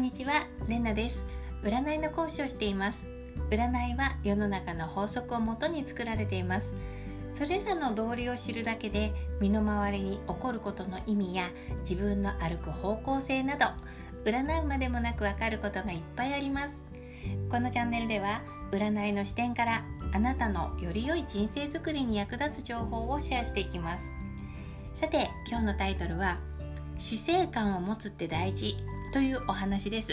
にちは、れなです。占いの講師をしています。占いは世の中の法則をもとに作られています。それらの道理を知るだけで、身の回りに起こることの意味や自分の歩く方向性など、占うまでもなくわかることがいっぱいあります。このチャンネルでは、占いの視点からあなたのより良い人生づくりに役立つ情報をシェアしていきます。さて、今日のタイトルは死生観を持つって大事というお話です。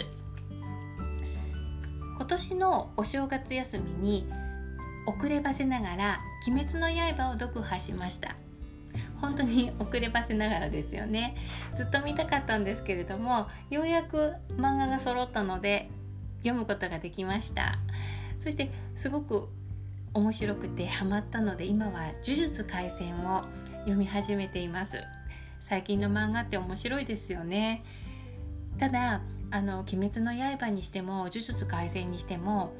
今年のお正月休みに遅ればせながら鬼滅の刃を読破しました。本当に遅ればせながらですよね。ずっと見たかったんですけれども、ようやく漫画が揃ったので読むことができました。そしてすごく面白くてハマったので、今は呪術廻戦を読み始めています。最近の漫画って面白いですよね。ただ鬼滅の刃にしても呪術廻戦にしても、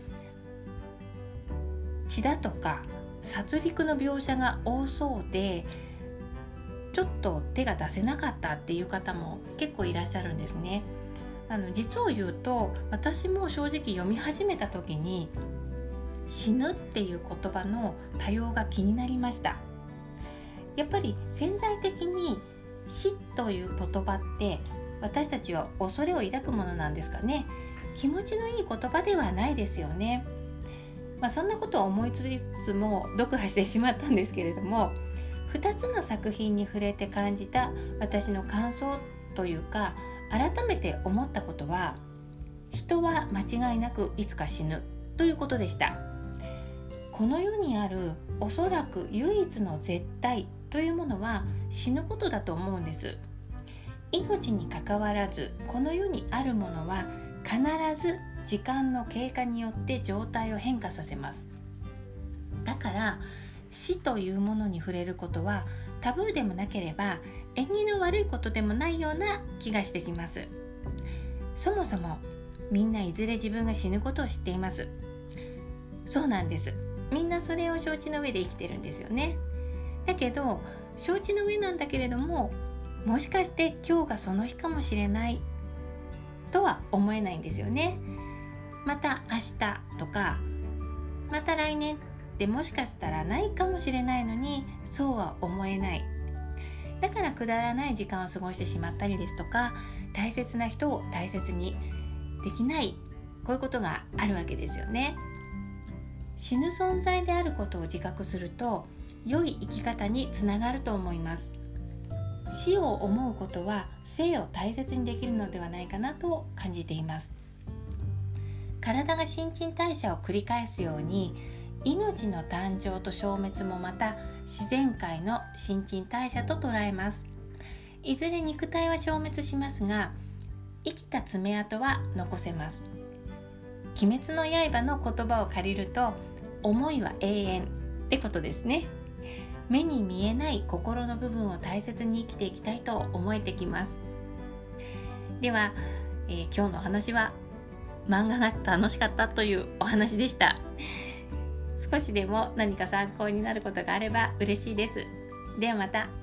血だとか殺戮の描写が多そうで、ちょっと手が出せなかったっていう方も結構いらっしゃるんですね。実を言うと、私も正直読み始めた時に死ぬっていう言葉の多様が気になりました。やっぱり潜在的に死という言葉って私たちは恐れを抱くものなんですかね。気持ちのいい言葉ではないですよね。そんなことを思いつつも読破してしまったんですけれども、2つの作品に触れて感じた私の感想というか、改めて思ったことは、人は間違いなくいつか死ぬということでした。この世にあるおそらく唯一の絶対というものは死ぬことだと思うんです。命に関わらず、この世にあるものは必ず時間の経過によって状態を変化させます。だから死というものに触れることはタブーでもなければ縁起の悪いことでもないような気がしてきます。そもそもみんないずれ自分が死ぬことを知っています。そうなんです。みんなそれを承知の上で生きてるんですよね。だけど承知の上なんだけれども、もしかして今日がその日かもしれないとは思えないんですよね。また明日とか、また来年ってもしかしたらないかもしれないのに、そうは思えない。だからくだらない時間を過ごしてしまったりですとか、大切な人を大切にできない、こういうことがあるわけですよね。死ぬ存在であることを自覚すると、良い生き方につながると思います。死を思うことは生を大切にできるのではないかなと感じています。体が新陳代謝を繰り返すように、命の誕生と消滅もまた自然界の新陳代謝と捉えます。いずれ肉体は消滅しますが、生きた爪痕は残せます。鬼滅の刃の言葉を借りると、思いは永遠ってことですね。目に見えない心の部分を大切に生きていきたいと思えてきます。では、今日のお話は漫画が楽しかったというお話でした。少しでも何か参考になることがあれば嬉しいです。ではまた。